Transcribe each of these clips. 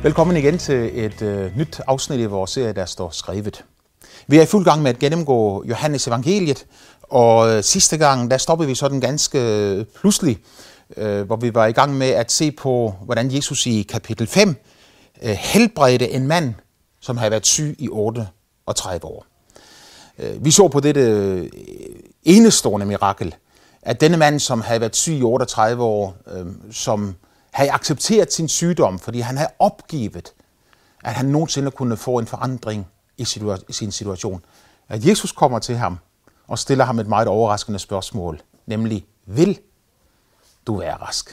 Velkommen igen til et nyt afsnit i vores serie, der står skrevet. Vi er i fuld gang med at gennemgå Johannes evangeliet, og sidste gang, der stoppede vi sådan ganske pludselig, hvor vi var i gang med at se på, hvordan Jesus i kapitel 5 helbredte en mand, som havde været syg i 38 år. Vi så på dette enestående mirakel, at denne mand, som havde været syg i 38 år, som havde accepteret sin sygdom, fordi han havde opgivet, at han nogensinde kunne få en forandring i sin situation. At Jesus kommer til ham og stiller ham et meget overraskende spørgsmål, nemlig, vil du være rask?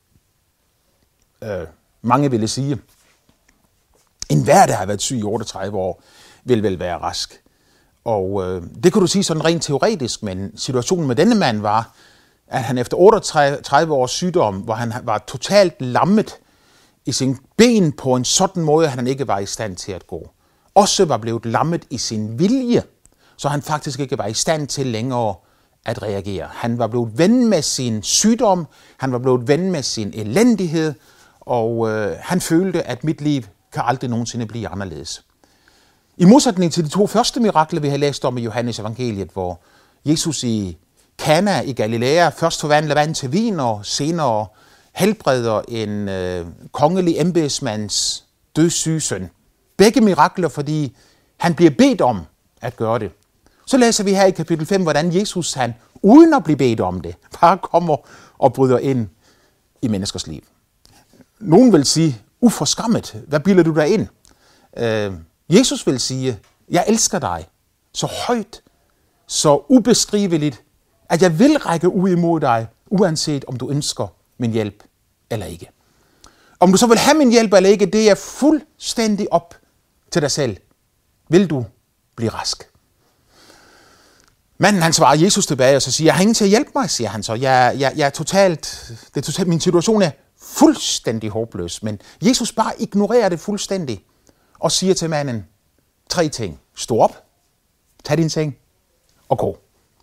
Mange ville sige, enhver, der har været syg i 38 år, vil vel være rask. Og det kunne du sige sådan rent teoretisk, men situationen med denne mand var, at han efter 38 års sygdom, hvor han var totalt lammet i sin ben på en sådan måde, at han ikke var i stand til at gå. Også var blevet lammet i sin vilje, så han faktisk ikke var i stand til længere at reagere. Han var blevet ven med sin sygdom, han var blevet ven med sin elendighed, og han følte, at mit liv kan aldrig nogensinde blive anderledes. I modsætning til de to første mirakler, vi har læst om i Johannes evangeliet, hvor Jesus i Kana i Galilea først forvandler vand til vin, og senere helbreder en kongelig embedsmands dødssyge søn. Begge mirakler, fordi han bliver bedt om at gøre det. Så læser vi her i kapitel 5, hvordan Jesus, han uden at blive bedt om det, bare kommer og bryder ind i menneskers liv. Nogen vil sige, uforskammet, hvad bilder du dig ind? Jesus vil sige, jeg elsker dig så højt, så ubeskriveligt, at jeg vil række ud imod dig, uanset om du ønsker min hjælp eller ikke. Om du så vil have min hjælp eller ikke, det er fuldstændig op til dig selv. Vil du blive rask? Manden, han svarer Jesus tilbage, og så siger, jeg har ingen til at hjælpe mig, siger han så. Jeg er totalt, min situation er fuldstændig håbløs, men Jesus bare ignorerer det fuldstændig og siger til manden 3 ting. Stå op, tag din seng og gå.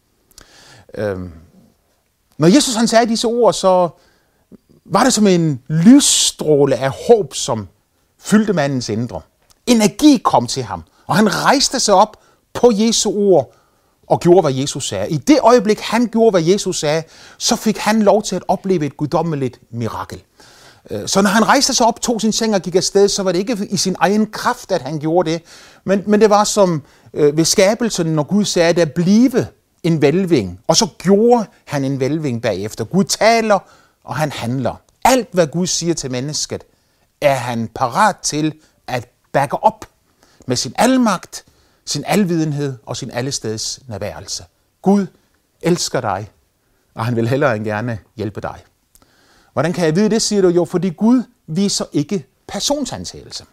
Når Jesus han sagde disse ord, så var det som en lysstråle af håb, som fyldte mandens indre. Energi kom til ham, og han rejste sig op på Jesu ord og gjorde, hvad Jesus sagde. I det øjeblik, han gjorde, hvad Jesus sagde, så fik han lov til at opleve et guddommeligt mirakel. Så når han rejste sig op, tog sin seng og gik afsted, så var det ikke i sin egen kraft, at han gjorde det. Men det var som ved skabelsen, når Gud sagde, der blive en hvælving. Og så gjorde han en hvælving bagefter. Gud taler, og han handler. Alt, hvad Gud siger til mennesket, er han parat til at backe op med sin almagt, sin alvidenhed og sin allesteds nærværelse. Gud elsker dig, og han vil hellere end gerne hjælpe dig. Hvordan kan jeg vide det, siger du? Jo, fordi Gud viser ikke personsansættelse.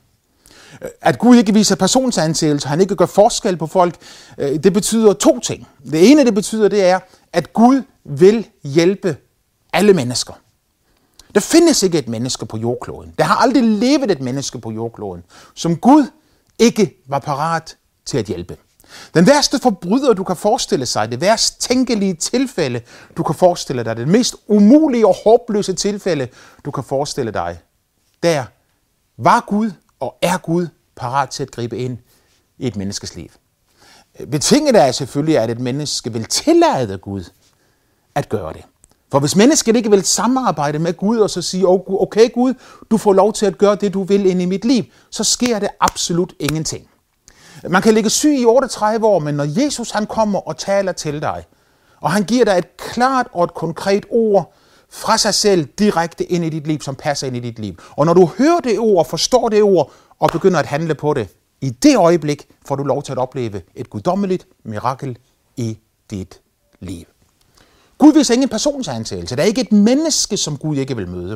At Gud ikke viser personsansættelse, han ikke gør forskel på folk, det betyder 2 ting. Det ene, det betyder, det er, at Gud vil hjælpe alle mennesker. Der findes ikke et menneske på jordkloden. Der har aldrig levet et menneske på jordkloden, som Gud ikke var parat til at hjælpe. Den værste forbryder, du kan forestille sig, det værst tænkelige tilfælde, du kan forestille dig, det mest umulige og håbløse tilfælde, du kan forestille dig, der var Gud og er Gud parat til at gribe ind i et menneskes liv. Betinget er selvfølgelig, at et menneske vil tillade Gud at gøre det. For hvis mennesket ikke vil samarbejde med Gud og så sige, okay Gud, du får lov til at gøre det, du vil ind i mit liv, så sker det absolut ingenting. Man kan ligge syg i 38 år, men når Jesus han kommer og taler til dig, og han giver dig et klart og et konkret ord fra sig selv direkte ind i dit liv, som passer ind i dit liv. Og når du hører det ord, forstår det ord og begynder at handle på det, i det øjeblik får du lov til at opleve et guddommeligt mirakel i dit liv. Gud viser ingen personsansættelse. Der er ikke et menneske, som Gud ikke vil møde.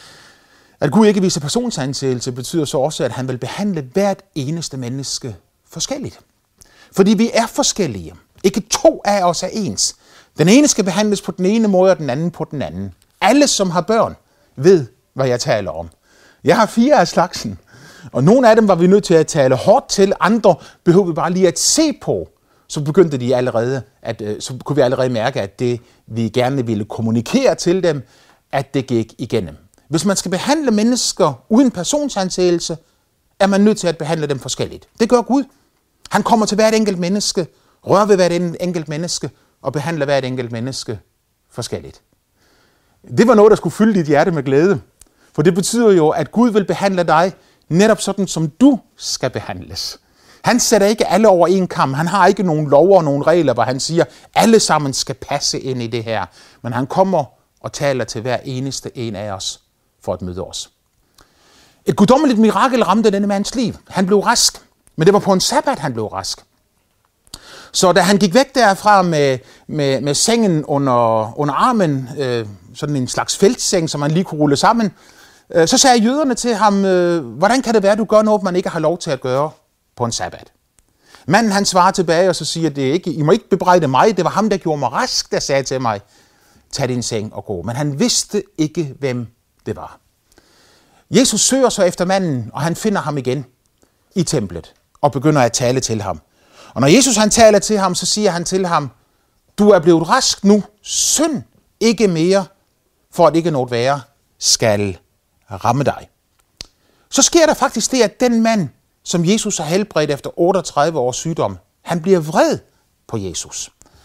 At Gud ikke viser personsansættelse betyder så også, at han vil behandle hvert eneste menneske forskelligt. Fordi vi er forskellige. Ikke 2 af os er ens. Den ene skal behandles på den ene måde, og den anden på den anden. Alle, som har børn, ved, hvad jeg taler om. Jeg har 4 af slagsen, og nogle af dem var vi nødt til at tale hårdt til, andre behøvede vi bare lige at se på. Så begyndte de allerede, så kunne vi allerede mærke, at det, vi gerne ville kommunikere til dem, at det gik igennem. Hvis man skal behandle mennesker uden personsansættelse, er man nødt til at behandle dem forskelligt. Det gør Gud. Han kommer til hvert enkelt menneske, rører ved hvert enkelt menneske, og behandler hvert enkelt menneske forskelligt. Det var noget, der skulle fylde dit hjerte med glæde. For det betyder jo, at Gud vil behandle dig netop sådan, som du skal behandles. Han sætter ikke alle over en kam. Han har ikke nogen lov og nogen regler, hvor han siger, alle sammen skal passe ind i det her. Men han kommer og taler til hver eneste en af os for at møde os. Et guddommeligt mirakel ramte denne mands liv. Han blev rask, men det var på en sabbat, han blev rask. Så da han gik væk derfra med sengen under armen, sådan en slags feltseng, som han lige kunne rulle sammen, så sagde jøderne til ham, hvordan kan det være, at du gør noget, man ikke har lov til at gøre på en sabbat? Manden han svarer tilbage, og så siger, I må ikke bebrejde mig, det var ham, der gjorde mig rask, der sagde til mig, tag din seng og gå. Men han vidste ikke, hvem det var. Jesus søger så efter manden, og han finder ham igen i templet, og begynder at tale til ham. Og når Jesus han taler til ham, så siger han til ham, du er blevet rask nu, synd ikke mere, for at ikke noget værre skal ramme dig. Så sker der faktisk det, at den mand, som Jesus har helbredt efter 38 års sygdom, han bliver vred på Jesus.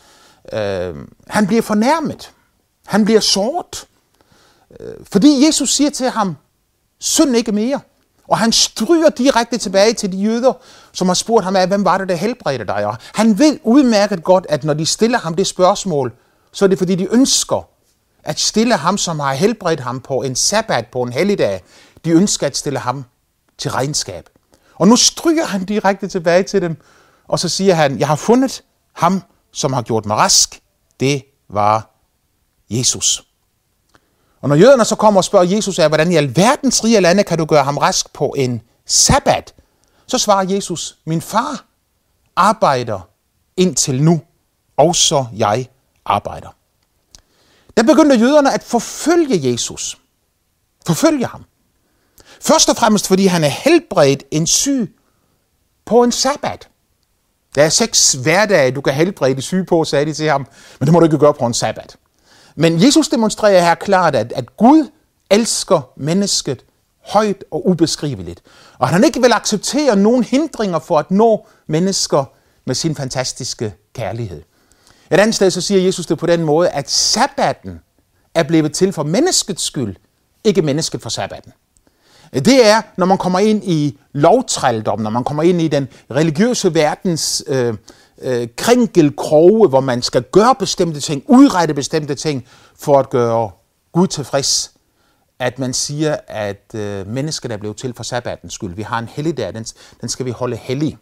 Han bliver fornærmet. Han bliver såret. Fordi Jesus siger til ham, synd ikke mere. Og han stryger direkte tilbage til de jøder, som har spurgt ham af, hvem var det, der helbredte dig? Og han ved udmærket godt, at når de stiller ham det spørgsmål, så er det fordi, de ønsker at stille ham, som har helbredt ham på en sabbat, på en helligdag. De ønsker at stille ham til regnskab. Og nu stryger han direkte tilbage til dem, og så siger han, jeg har fundet ham, som har gjort mig rask. Det var Jesus. Og når jøderne så kommer og spørger Jesus af, hvordan i alverdens rige lande kan du gøre ham rask på en sabbat, så svarer Jesus, min far arbejder indtil nu, også jeg arbejder. Der begyndte jøderne at forfølge Jesus. Forfølge ham. Først og fremmest, fordi han er helbredt en syg på en sabbat. Der er 6 hverdage, du kan helbrede syge på, sagde de til ham, men det må du ikke gøre på en sabbat. Men Jesus demonstrerer her klart, at Gud elsker mennesket højt og ubeskriveligt. Og han ikke vil acceptere nogen hindringer for at nå mennesker med sin fantastiske kærlighed. Et andet sted så siger Jesus det på den måde, at sabbaten er blevet til for menneskets skyld, ikke mennesket for sabbaten. Det er, når man kommer ind i lovtrældom, når man kommer ind i den religiøse verdens krinkelkroge, hvor man skal gøre bestemte ting, udrette bestemte ting, for at gøre Gud tilfreds, at man siger, at mennesket er blevet til for sabbatens skyld. Vi har en helligdag, den skal vi holde hellig.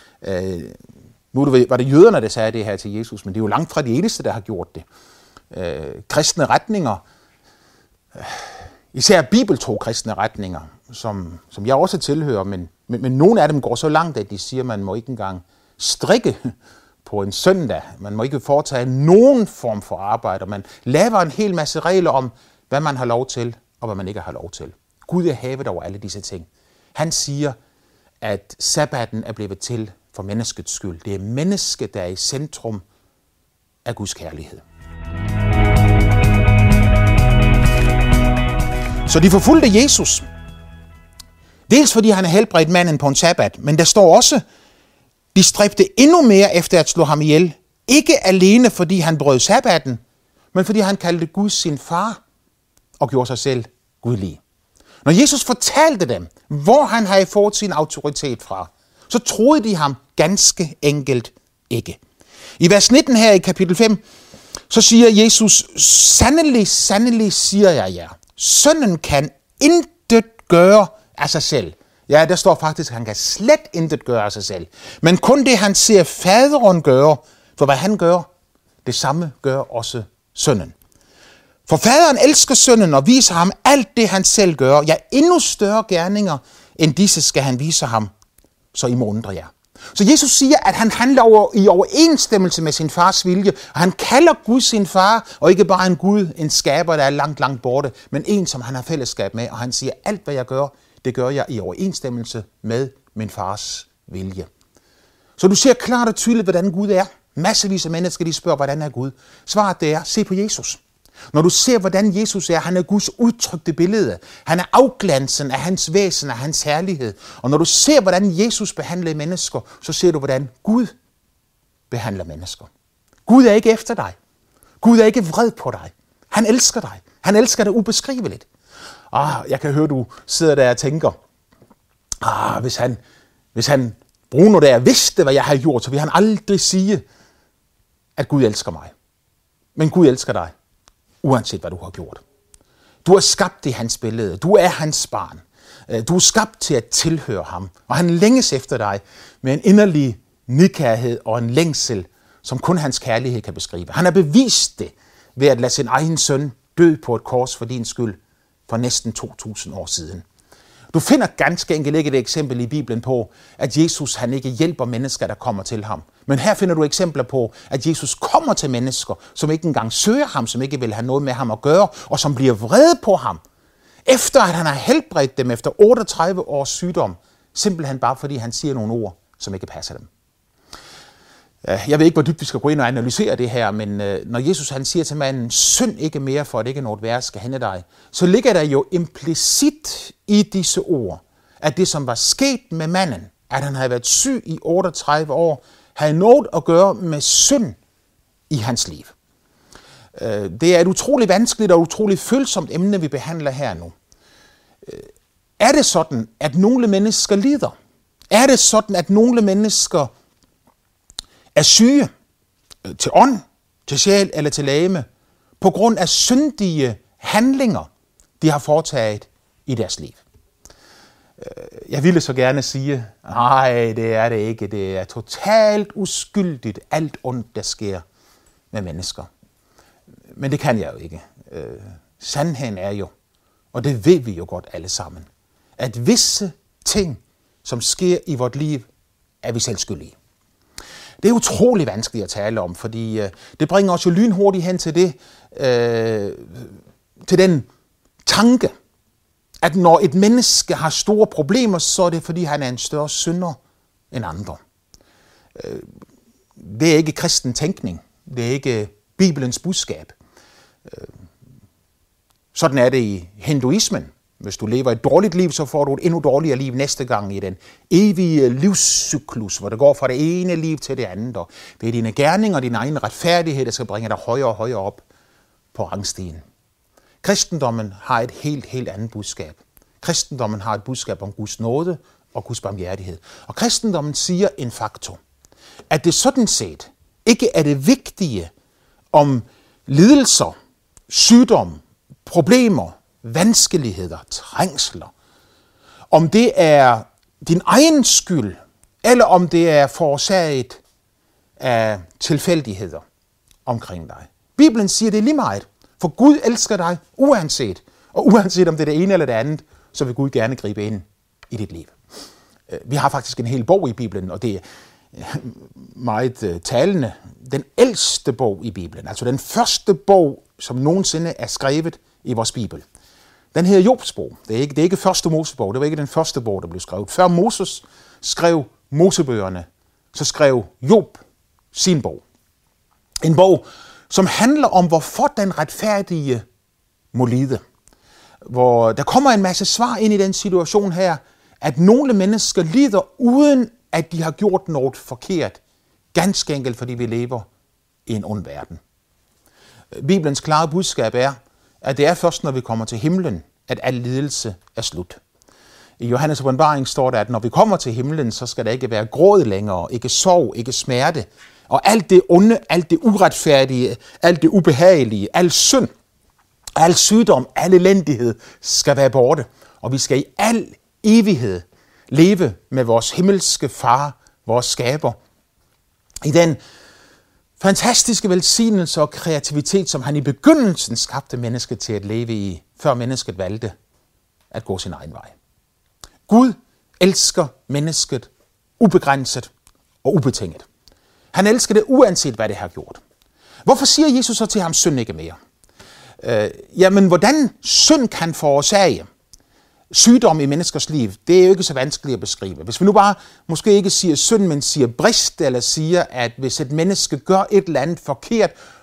Nu var det jøderne, der sagde det her til Jesus, men det er jo langt fra de eneste, der har gjort det. Kristne retninger, især bibeltro kristne retninger, som jeg også tilhører, men nogle af dem går så langt, at de siger, at man må ikke engang strikke på en søndag. Man må ikke foretage nogen form for arbejde, og man laver en hel masse regler om, hvad man har lov til, og hvad man ikke har lov til. Gud er hævet over alle disse ting. Han siger, at sabbaten er blevet til for menneskets skyld. Det er mennesket, der er i centrum af Guds kærlighed. Så de forfulgte Jesus. Dels fordi han er helbredt manden på en sabbat, men der står også, de stræbte endnu mere efter at slå ham ihjel. Ikke alene fordi han brød sabbaten, men fordi han kaldte Gud sin far og gjorde sig selv gudlig. Når Jesus fortalte dem, hvor han havde fået sin autoritet fra, så troede de ham ganske enkelt ikke. I vers 19 her i kapitel 5, så siger Jesus, sandelig, sandelig siger jeg jer, sønnen kan intet gøre af sig selv. Ja, der står faktisk, at han kan slet intet gøre af sig selv. Men kun det, han ser faderen gøre, for hvad han gør, det samme gør også sønnen. For faderen elsker sønnen og viser ham alt det, han selv gør. Ja, endnu større gerninger end disse skal han vise ham, så I må undre jer. Så Jesus siger, at han handler i overensstemmelse med sin fars vilje, og han kalder Gud sin far, og ikke bare en Gud, en skaber, der er langt, langt borte, men en, som han har fællesskab med, og han siger, alt hvad jeg gør, det gør jeg i overensstemmelse med min fars vilje. Så du ser klart og tydeligt, hvordan Gud er. Massevis af mennesker, de spørger, hvordan er Gud? Svaret det er, se på Jesus. Når du ser, hvordan Jesus er, han er Guds udtrykte billede. Han er afglansen af hans væsen, af hans herlighed. Og når du ser, hvordan Jesus behandler mennesker, så ser du, hvordan Gud behandler mennesker. Gud er ikke efter dig. Gud er ikke vred på dig. Han elsker dig. Han elsker dig ubeskriveligt. Jeg kan høre, du sidder der og tænker, hvis han Bruno der vidste, hvad jeg har gjort, så vil han aldrig sige, at Gud elsker mig. Men Gud elsker dig, uanset hvad du har gjort. Du er skabt i hans billede. Du er hans barn. Du er skabt til at tilhøre ham. Og han længes efter dig med en inderlig nidkærhed og en længsel, som kun hans kærlighed kan beskrive. Han har bevist det ved at lade sin egen søn dø på et kors for din skyld for næsten 2000 år siden. Du finder ganske enkelt ikke et eksempel i Bibelen på, at Jesus han ikke hjælper mennesker, der kommer til ham. Men her finder du eksempler på, at Jesus kommer til mennesker, som ikke engang søger ham, som ikke vil have noget med ham at gøre, og som bliver vrede på ham, efter at han har helbredt dem efter 38 års sygdom, simpelthen bare fordi han siger nogle ord, som ikke passer dem. Jeg ved ikke, hvor dybt vi skal gå ind og analysere det her, men når Jesus han siger til manden, synd ikke mere, for at ikke noget værre skal hænde dig, så ligger der jo implicit i disse ord, at det, som var sket med manden, at han havde været syg i 38 år, havde noget at gøre med synd i hans liv. Det er et utroligt vanskeligt og utroligt følsomt emne, vi behandler her nu. Er det sådan, at nogle mennesker lider? Er det sådan, at nogle mennesker er syge til ånd, til sjæl eller til legeme, på grund af syndige handlinger, de har foretaget i deres liv? Jeg ville så gerne sige, nej, det er det ikke. Det er totalt uskyldigt, alt ondt, der sker med mennesker. Men det kan jeg jo ikke. Sandheden er jo, og det ved vi jo godt alle sammen, at visse ting, som sker i vort liv, er vi selv skyldige. Det er utrolig vanskeligt at tale om, fordi det bringer os jo lynhurtigt hen til det, til den tanke, at når et menneske har store problemer, så er det fordi han er en større synder end andre. Det er ikke kristen tænkning. Det er ikke Bibelens budskab. Sådan er det i hinduismen. Hvis du lever et dårligt liv, så får du et endnu dårligere liv næste gang i den evige livscyklus, hvor det går fra det ene liv til det andet. Og det er dine gerninger og din egen retfærdighed, der skal bringe dig højere og højere op på rangstigen. Kristendommen har et helt andet budskab. Kristendommen har et budskab om Guds nåde og Guds barmhjertighed. Og kristendommen siger en faktor, at det sådan set ikke er det vigtige om lidelser, sygdom, problemer, vanskeligheder, trængsler. Om det er din egen skyld, eller om det er forårsaget af tilfældigheder omkring dig. Bibelen siger det lige meget, for Gud elsker dig uanset, og uanset om det er det ene eller det andet, så vil Gud gerne gribe ind i dit liv. Vi har faktisk en hel bog i Bibelen, og det er meget talende. Den ældste bog i Bibelen, altså den første bog, som nogensinde er skrevet i vores Bibel. Den hedder Jobs bog. Det er ikke første Mosebog. Det var ikke den første bog, der blev skrevet. Før Moses skrev Mosebøgerne, så skrev Job sin bog. En bog, som handler om, hvorfor den retfærdige må lide. Hvor der kommer en masse svar ind i den situation her, at nogle mennesker lider, uden at de har gjort noget forkert. Ganske enkelt, fordi vi lever i en ond verden. Bibelens klare budskab er, at det er først, når vi kommer til himlen, at al lidelse er slut. I Johannes åbenbaring står der, at når vi kommer til himlen, så skal der ikke være gråd længere, ikke sorg, ikke smerte. Og alt det onde, alt det uretfærdige, alt det ubehagelige, al synd, al sygdom, al elendighed skal være borte. Og vi skal i al evighed leve med vores himmelske far, vores skaber, i den fantastiske velsignelse og kreativitet, som han i begyndelsen skabte mennesket til at leve i, før mennesket valgte at gå sin egen vej. Gud elsker mennesket ubegrænset og ubetinget. Han elsker det uanset hvad det har gjort. Hvorfor siger Jesus så til ham, synd ikke mere? Jamen, hvordan synd kan forårsage sygdom i menneskers liv, det er jo ikke så vanskeligt at beskrive. Hvis vi nu bare måske ikke siger synd, men siger brist, eller siger, at hvis et menneske gør et eller andet forkert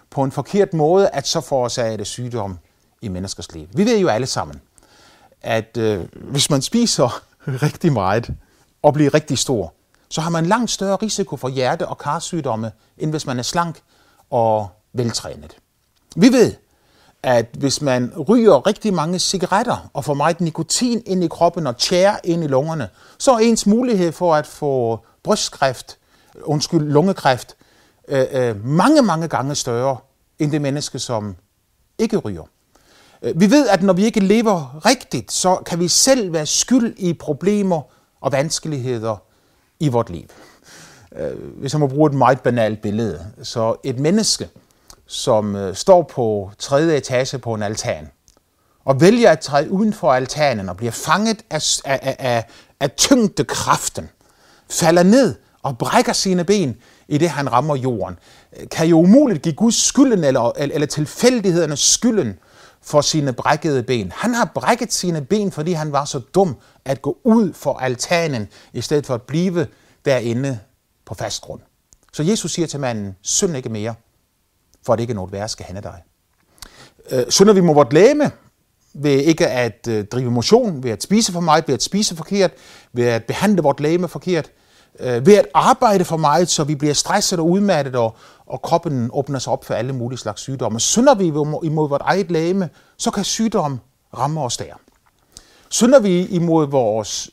på en forkert måde, at så forårsager det sygdom i menneskers liv. Vi ved jo alle sammen, at hvis man spiser rigtig meget og bliver rigtig stor, så har man langt større risiko for hjerte- og karsygdomme, end hvis man er slank og veltrænet. Vi ved, at hvis man ryger rigtig mange cigaretter og får meget nikotin ind i kroppen og tjære ind i lungerne, så er ens mulighed for at få lungekræft mange gange større end det menneske, som ikke ryger. Vi ved, at når vi ikke lever rigtigt, så kan vi selv være skyld i problemer og vanskeligheder i vort liv. Hvis jeg må bruge et meget banalt billede, så et menneske, som står på 3. etage på en altan, og vælger at træde uden for altanen og bliver fanget af tyngdekraften, falder ned og brækker sine ben i det, han rammer jorden, kan jo umuligt give Guds skylden eller tilfældighedernes skylden for sine brækkede ben. Han har brækket sine ben, fordi han var så dum at gå ud for altanen, i stedet for at blive derinde på fast grund. Så Jesus siger til manden, synd ikke mere, for at ikke noget værre skal hænde dig. Synder vi mod vort legeme, ved ikke at drive motion, ved at spise for meget, ved at spise forkert, ved at behandle vort legeme forkert, ved at arbejde for meget, så vi bliver stresset og udmattet, og kroppen åbner sig op for alle mulige slags sygdomme. Synder vi imod vort eget legeme, så kan sygdom ramme os der. Synder vi imod vores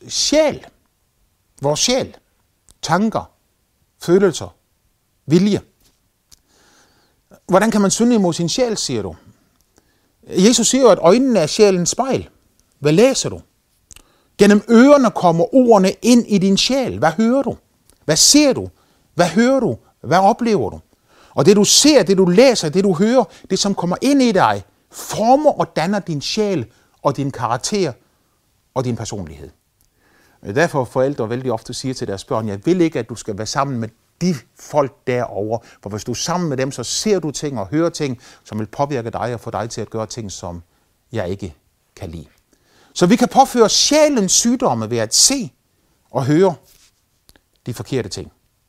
sjæl, tanker, følelser, vilje. Hvordan kan man synde imod sin sjæl, siger du? Jesus siger jo, at øjnene er sjælens spejl. Hvad læser du? Gennem ørerne kommer ordene ind i din sjæl. Hvad hører du? Hvad ser du? Hvad hører du? Hvad oplever du? Og det du ser, det du læser, det du hører, det som kommer ind i dig, former og danner din sjæl og din karakter og din personlighed. Derfor forældre vældig ofte siger til deres børn, jeg vil ikke, at du skal være sammen med de folk derovre, for hvis du er sammen med dem, så ser du ting og hører ting, som vil påvirke dig og få dig til at gøre ting, som jeg ikke kan lide. Så vi kan påføre sjælens sygdomme ved at se og høre de forkerte ting.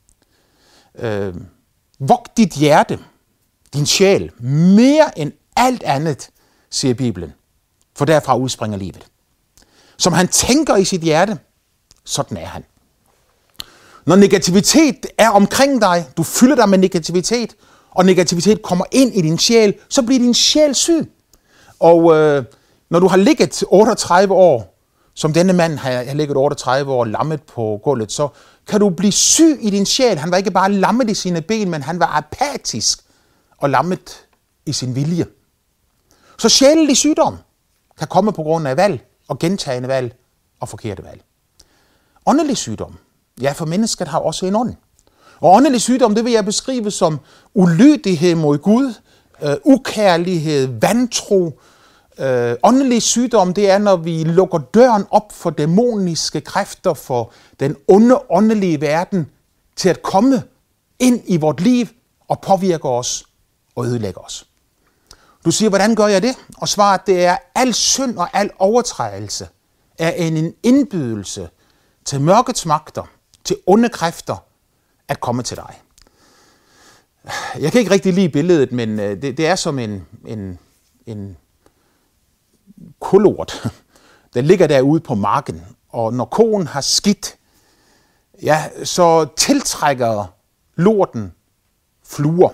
Vogt dit hjerte, din sjæl, mere end alt andet, siger Bibelen, for derfra udspringer livet. Som han tænker i sit hjerte, sådan er han. Når negativitet er omkring dig, du fylder dig med negativitet, og negativitet kommer ind i din sjæl, så bliver din sjæl syg. Og når du har ligget 38 år, som denne mand har ligget 38 år lammet på gulvet, så kan du blive syg i din sjæl. Han var ikke bare lammet i sine ben, men han var apatisk og lammet i sin vilje. Så sjælelig sygdom kan komme på grund af valg og gentagende valg og forkerte valg. Åndelig sygdom, ja, for mennesket har også en ånd. Og åndelig sygdom, det vil jeg beskrive som ulydighed mod Gud, ukærlighed, vantro. Åndelig sygdom, det er, når vi lukker døren op for dæmoniske kræfter, for den onde åndelige verden, til at komme ind i vort liv og påvirke os og ødelægge os. Du siger, hvordan gør jeg det? Og svaret, det er, al synd og al overtrædelse er en indbydelse til mørkets magter, til onde kræfter at komme til dig. Jeg kan ikke rigtig lide billedet, men det er som en kulort, der ligger derude på marken, og når koen har skidt, ja, så tiltrækker lorten fluer.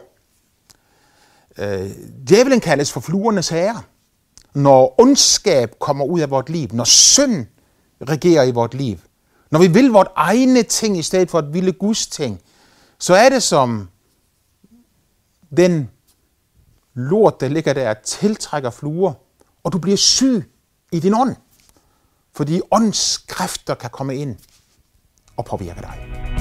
Djævelen kaldes for fluernes herre. Når ondskab kommer ud af vort liv, når synd regerer i vort liv, når vi vil vort egne ting i stedet for at ville Guds ting, så er det som den lort, der ligger der, tiltrækker fluer, og du bliver syg i din ånd, fordi åndskræfter kan komme ind og påvirke dig.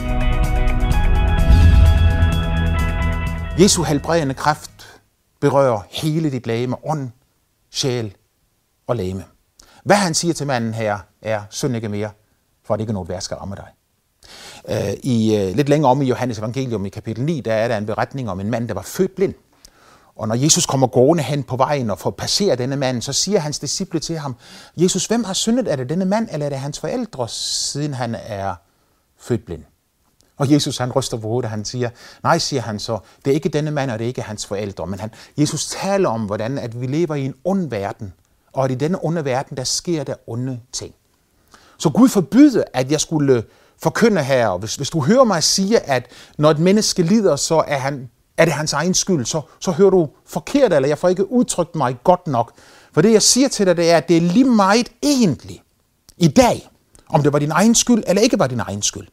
Jesu helbredende kraft berører hele dit legeme, ånd, sjæl og legeme. Hvad han siger til manden her er, synd ikke mere, for at ikke noget værre skal ramme dig. Lidt længere om i Johannes evangelium i kapitel 9, der er der en beretning om en mand, der var født blind. Og når Jesus kommer gående hen på vejen og får passeret denne mand, så siger hans disciple til ham, Jesus, hvem har syndet? Er det denne mand, eller er det hans forældre, siden han er født blind? Og Jesus han ryster på hovedet, og han siger, nej, siger han så, det er ikke denne mand, og det er ikke hans forældre. Men Jesus taler om, hvordan at vi lever i en ond verden, og at i denne onde verden, der sker der onde ting. Så Gud forbyder, at jeg skulle forkynde her, og hvis du hører mig sige, at når et menneske lider, så er det hans egen skyld, så hører du forkert, eller jeg får ikke udtrykt mig godt nok. For det jeg siger til dig, det er, at det er lige meget egentlig i dag, om det var din egen skyld, eller ikke var din egen skyld.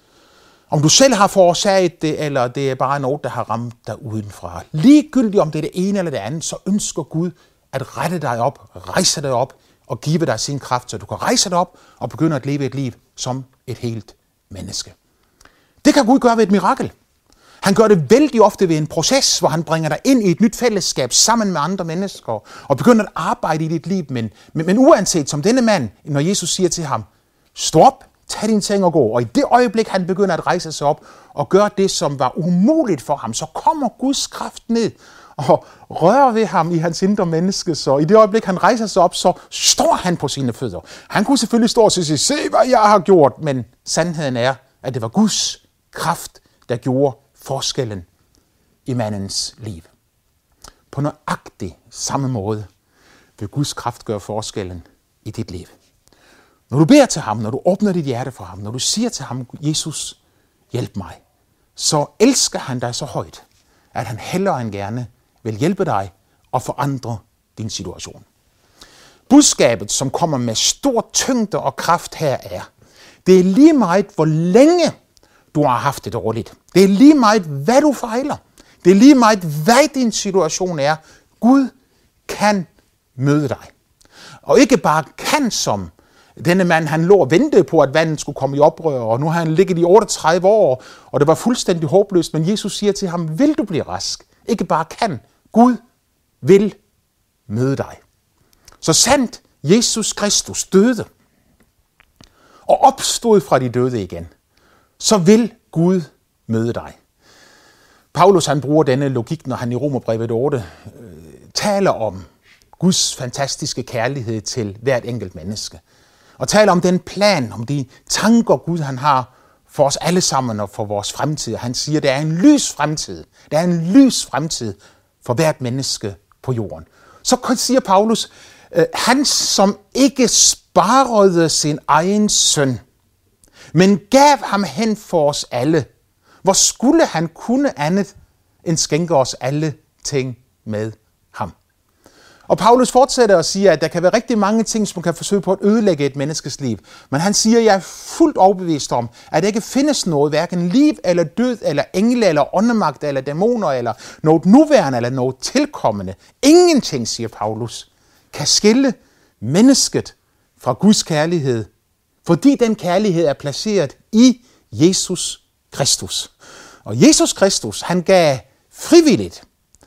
Om du selv har forårsaget det, eller det er bare noget, der har ramt dig udenfra. Ligegyldigt om det er det ene eller det andet, så ønsker Gud at rette dig op, rejse dig op og give dig sin kraft, så du kan rejse dig op og begynde at leve et liv som et helt menneske. Det kan Gud gøre ved et mirakel. Han gør det vældig ofte ved en proces, hvor han bringer dig ind i et nyt fællesskab sammen med andre mennesker og begynder at arbejde i dit liv. Men uanset som denne mand, når Jesus siger til ham, stop, tag din ting og gå. Og i det øjeblik, han begynder at rejse sig op og gøre det, som var umuligt for ham, så kommer Guds kraft ned og rører ved ham i hans indre menneske. Så i det øjeblik, han rejser sig op, så står han på sine fødder. Han kunne selvfølgelig stå og sige, se hvad jeg har gjort, men sandheden er, at det var Guds kraft, der gjorde forskellen i mandens liv. På nøjagtig samme måde vil Guds kraft gøre forskellen i dit liv. Når du beder til ham, når du åbner dit hjerte for ham, når du siger til ham, Jesus, hjælp mig, så elsker han dig så højt, at han hellere end gerne vil hjælpe dig og forandre din situation. Budskabet, som kommer med stor tyngde og kraft her er, det er lige meget, hvor længe du har haft det dårligt. Det er lige meget, hvad du fejler. Det er lige meget, hvad din situation er. Gud kan møde dig. Og ikke bare kan, som denne mand, han lå og ventede på, at vandet skulle komme i oprør, og nu har han ligget i 38 år, og det var fuldstændig håbløst, men Jesus siger til ham, vil du blive rask? Ikke bare kan. Gud vil møde dig. Så sandt Jesus Kristus døde og opstod fra de døde igen, så vil Gud møde dig. Paulus han bruger denne logik, når han i Romerbrevet 8 taler om Guds fantastiske kærlighed til hvert enkelt menneske. Og taler om den plan, om de tanker Gud han har for os alle sammen og for vores fremtid. Han siger, at der er en lys fremtid. Der er en lys fremtid for hvert menneske på jorden. Så siger Paulus, han som ikke sparede sin egen søn, men gav ham hen for os alle. Hvor skulle han kunne andet end skænke os alle ting med ham? Og Paulus fortsætter at sige, at der kan være rigtig mange ting, som kan forsøge på at ødelægge et menneskes liv. Men han siger, at jeg er fuldt overbevist om, at der ikke findes noget, hverken liv eller død, eller engle, eller åndemagt, eller dæmoner, eller noget nuværende, eller noget tilkommende. Ingenting, siger Paulus, kan skille mennesket fra Guds kærlighed, fordi den kærlighed er placeret i Jesus Kristus. Og Jesus Kristus, han gav frivilligt,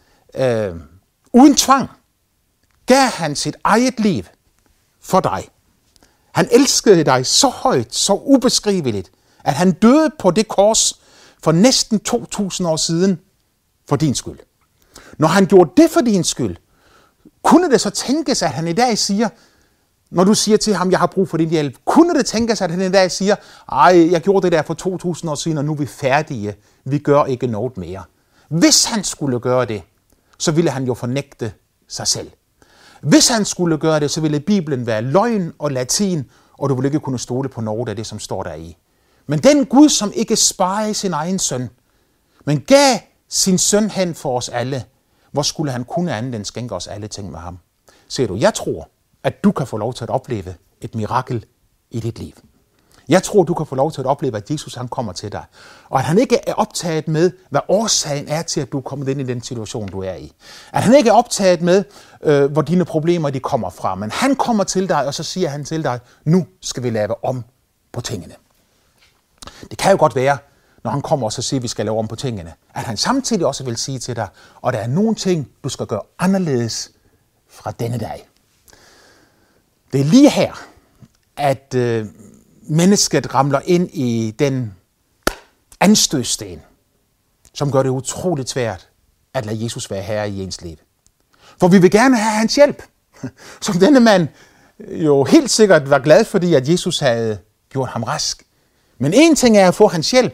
uden tvang, gav han sit eget liv for dig. Han elskede dig så højt, så ubeskriveligt, at han døde på det kors for næsten 2000 år siden for din skyld. Når han gjorde det for din skyld, kunne det så tænkes, at han i dag siger, når du siger til ham, jeg har brug for din hjælp, kunne det tænkes, at han i dag siger, ej, jeg gjorde det der for 2000 år siden, og nu er vi færdige, vi gør ikke noget mere. Hvis han skulle gøre det, så ville han jo fornægte sig selv. Hvis han skulle gøre det, så ville Bibelen være løgn og latin, og du ville ikke kunne stole på noget af det, som står der i. Men den Gud, som ikke sparede sin egen søn, men gav sin søn hen for os alle, hvor skulle han kunne andet end skænke os alle ting med ham? Ser du, jeg tror, at du kan få lov til at opleve et mirakel i dit liv. Jeg tror, du kan få lov til at opleve, at Jesus han kommer til dig. Og at han ikke er optaget med, hvad årsagen er til, at du er kommet ind i den situation, du er i. At han ikke er optaget med, hvor dine problemer de kommer fra. Men han kommer til dig, og så siger han til dig, nu skal vi lave om på tingene. Det kan jo godt være, når han kommer og så siger, at vi skal lave om på tingene, at han samtidig også vil sige til dig, og der er nogle ting, du skal gøre anderledes fra denne dag. Det er lige her, at mennesket ramler ind i den anstødsten, som gør det utroligt svært at lade Jesus være herre i ens liv. For vi vil gerne have hans hjælp. Som denne mand jo helt sikkert var glad, fordi at Jesus havde gjort ham rask. Men en ting er at få hans hjælp,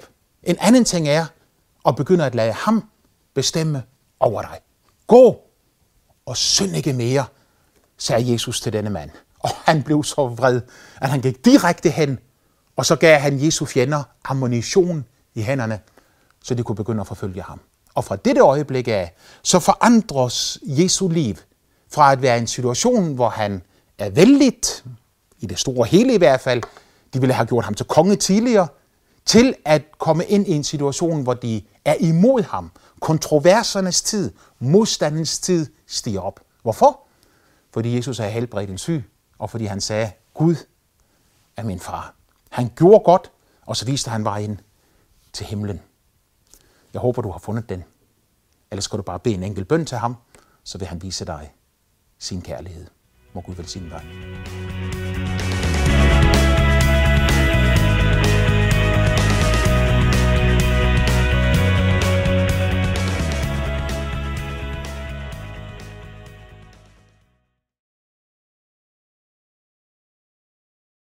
En anden ting er at begynde at lade ham bestemme over dig. Gå og synd ikke mere, sagde Jesus til denne mand. Og han blev så vred, at han gik direkte hen, og så gav han Jesu fjender ammunition i hænderne, så de kunne begynde at forfølge ham. Og fra dette øjeblik af, så forandres Jesu liv fra at være en situation, hvor han er vældigt, i det store hele i hvert fald, de ville have gjort ham til konge tidligere, til at komme ind i en situation, hvor de er imod ham. Kontroversernes tid, modstandens tid stiger op. Hvorfor? Fordi Jesus havde helbredt en syg, og fordi han sagde, Gud er min far. Han gjorde godt, og så viste han vejen til himlen. Jeg håber, du har fundet den. Ellers skal du bare bede en enkelt bøn til ham, så vil han vise dig sin kærlighed. Må Gud velsigne dig.